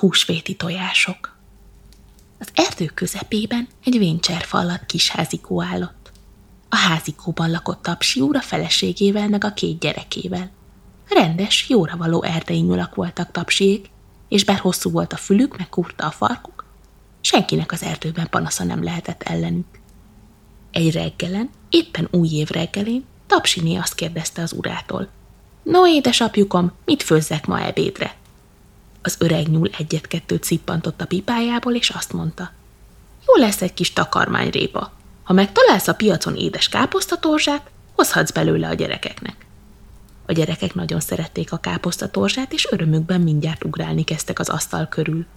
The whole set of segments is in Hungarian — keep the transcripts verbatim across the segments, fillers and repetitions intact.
húsvéti tojások. Az erdő közepében egy véncserfa alatt kis házikó állott. A házikóban lakott Tapsi úr a feleségével meg a két gyerekével. Rendes, jóra való erdei nyulak voltak Tapsiék, és bár hosszú volt a fülük, meg kurta a farkuk, senkinek az erdőben panasza nem lehetett ellenük. Egy reggelen, éppen új év reggelén, Tapsiné azt kérdezte az urától: No, édesapjukom, mit főzzek ma ebédre? Az öreg nyúl egyet-kettőt szippantott a pipájából, és azt mondta: Jó lesz egy kis takarmányrépa. Ha megtalálsz a piacon édes káposztatorzsát, hozhatsz belőle a gyerekeknek. A gyerekek nagyon szerették a káposztatorzsát, és örömükben mindjárt ugrálni kezdtek az asztal körül.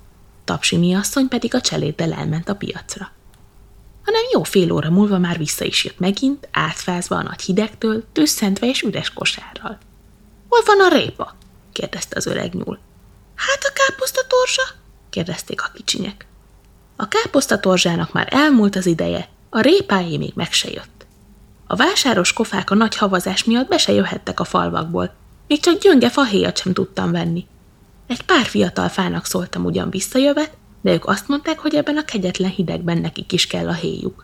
Tapsiné asszony pedig a cseléddel elment a piacra. Hanem jó fél óra múlva már vissza is jött megint, átfázva a nagy hidegtől, tüsszentve és üres kosárral. Hol van a répa? kérdezte az öreg nyúl. Hát a káposztatorzsa? kérdezték a kicsinyek. A káposztatorzsának már elmúlt az ideje, a répáé még meg se jött. A vásáros kofák a nagy havazás miatt be se jöhettek a falvakból, még csak gyönge fahéjat sem tudtam venni. Egy pár fiatal fának szóltam ugyan visszajövet, de ők azt mondták, hogy ebben a kegyetlen hidegben nekik is kell a héjuk.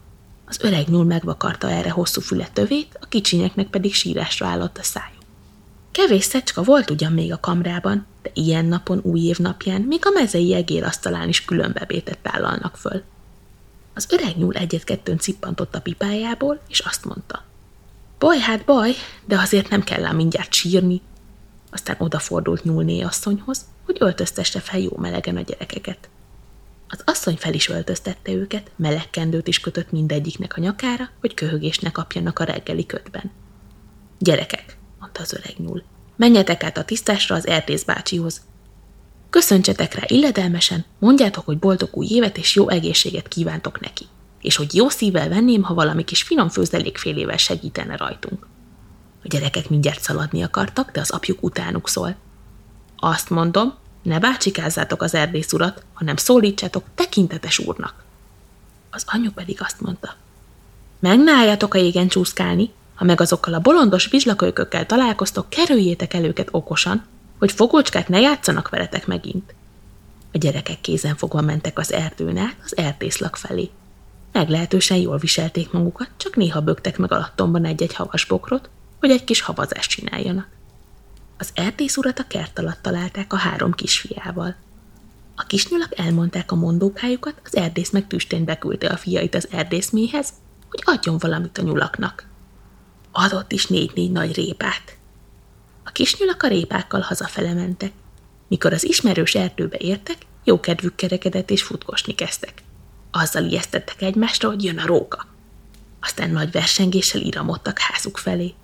Az öreg nyúl megvakarta erre hosszú füle tövét, a kicsinyeknek pedig sírásra állott a szájuk. Kevés szecska volt ugyan még a kamrában, de ilyen napon, új év napján még a mezei egérasztalán is külön bebétet vállalnak föl. Az öreg nyúl egyet-kettőn cippantott a pipájából, és azt mondta: Baj, hát baj, de azért nem kell ám mindjárt sírni. Aztán odafordult nyúlné asszonyhoz, hogy öltöztesse fel jó melegen a gyerekeket. Az asszony fel is öltöztette őket, meleg kendőt is kötött mindegyiknek a nyakára, hogy köhögést ne kapjanak a reggeli ködben. Gyerekek, mondta az öreg nyúl, menjetek át a tisztásra az Erdész bácsihoz. Köszöntsetek rá illedelmesen, mondjátok, hogy boldog új évet és jó egészséget kívántok neki, és hogy jó szívvel venném, ha valami kis finom főzelékfélével segítene rajtunk. A gyerekek mindjárt szaladni akartak, de az apjuk utánuk szól. Azt mondom, ne bácsikázzátok az Erdész urat, hanem szólítsátok tekintetes úrnak. Az anyu pedig azt mondta: Meg ne álljatok a jégen csúszkálni, ha meg azokkal a bolondos vizslakölykökkel találkoztok, kerüljétek el őket okosan, hogy fogolcskák ne játszanak veletek megint. A gyerekek kézenfogva mentek az erdőn át az erdészlak felé. Meglehetősen jól viselték magukat, csak néha böktek meg alattomban egy-egy havasbokrot, hogy egy kis havazást csináljanak. Az erdész urat a kert alatt találták a három kisfiával. A kisnyulak elmondták a mondókájukat, az erdész meg tüstén beküldte a fiait az erdészméhez, hogy adjon valamit a nyulaknak. Adott is négy-négy nagy répát. A kisnyulak a répákkal hazafele mentek. Mikor az ismerős erdőbe értek, jó kedvük kerekedett és futkosni kezdtek. Azzal ijesztettek egymásra, hogy jön a róka. Aztán nagy versengéssel iramodtak házuk felé.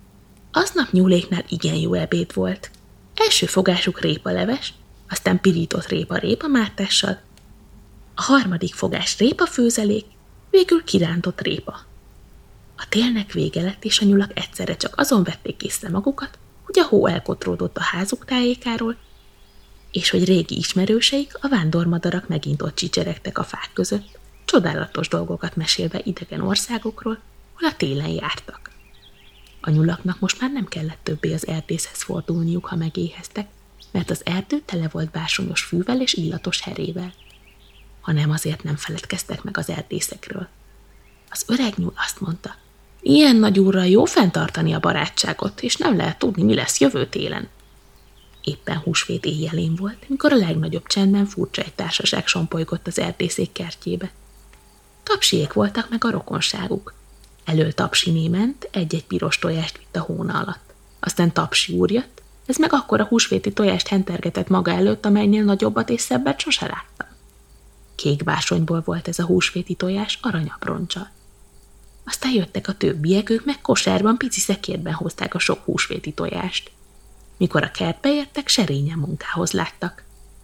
Aznap nyúléknál igen jó ebéd volt. Első fogásuk répaleves, aztán pirított répa répamártással, a harmadik fogás répafőzelék, végül kirántott répa. A télnek vége lett, és a nyulak egyszerre csak azon vették észre magukat, hogy a hó elkotródott a házuk tájékáról, és hogy régi ismerőseik, a vándormadarak megint ott csicseregtek a fák között, csodálatos dolgokat mesélve idegen országokról, hol a télen jártak. A nyulaknak most már nem kellett többé az erdészhez fordulniuk, ha megéheztek, mert az erdő tele volt bársonyos fűvel és illatos herével. Hanem azért nem feledkeztek meg az erdészekről. Az öreg nyúl azt mondta: Ilyen nagy úrral jó fenntartani a barátságot, és nem lehet tudni, mi lesz jövő télen. Éppen húsvét éjjelén volt, mikor a legnagyobb csendben furcsa egy társaság sompolygott az erdészék kertjébe. Tapsiék voltak meg a rokonságuk. Elől Tapsiné ment, egy-egy piros tojást vitt a hóna alatt. Aztán Tapsi úr jött, ez meg akkora húsvéti tojást hentergetett maga előtt, amelynél nagyobbat és szebbet sose láttam. Kék bársonyból volt ez a húsvéti tojás aranyabroncsal. Aztán jöttek a többiek, ők meg kosárban, pici szekérben hozták a sok húsvéti tojást. Mikor a kertbe értek, serényen munkához láttak.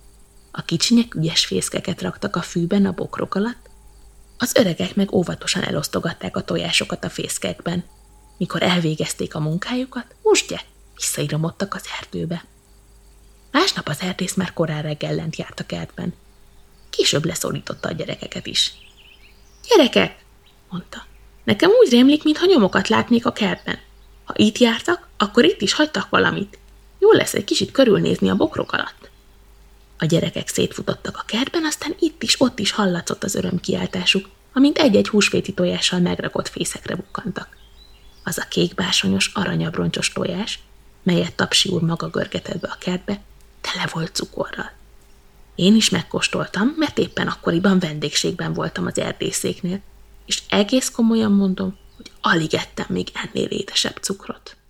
A kicsinyek ügyes fészkeket raktak a fűben a bokrok alatt, az öregek meg óvatosan elosztogatták a tojásokat a fészkekben. Mikor elvégezték a munkájukat, mustje, visszairamodtak az erdőbe. Másnap az erdész már korán reggel lent járt a kertben. Később leszólította a gyerekeket is. Gyerekek, mondta, nekem úgy rémlik, mintha nyomokat látnék a kertben. Ha itt jártak, akkor itt is hagytak valamit. Jól lesz egy kicsit körülnézni a bokrok alatt. A gyerekek szétfutottak a kertben, aztán itt is, ott is hallatszott az örömkiáltásuk, amint egy-egy húsvéti tojással megrakott fészekre bukkantak. Az a kékbársonyos, aranyabroncsos tojás, melyet Tapsi úr maga görgetett be a kertbe, tele volt cukorral. Én is megkóstoltam, mert éppen akkoriban vendégségben voltam az erdészéknél, és egész komolyan mondom, hogy alig ettem még ennél édesebb cukrot.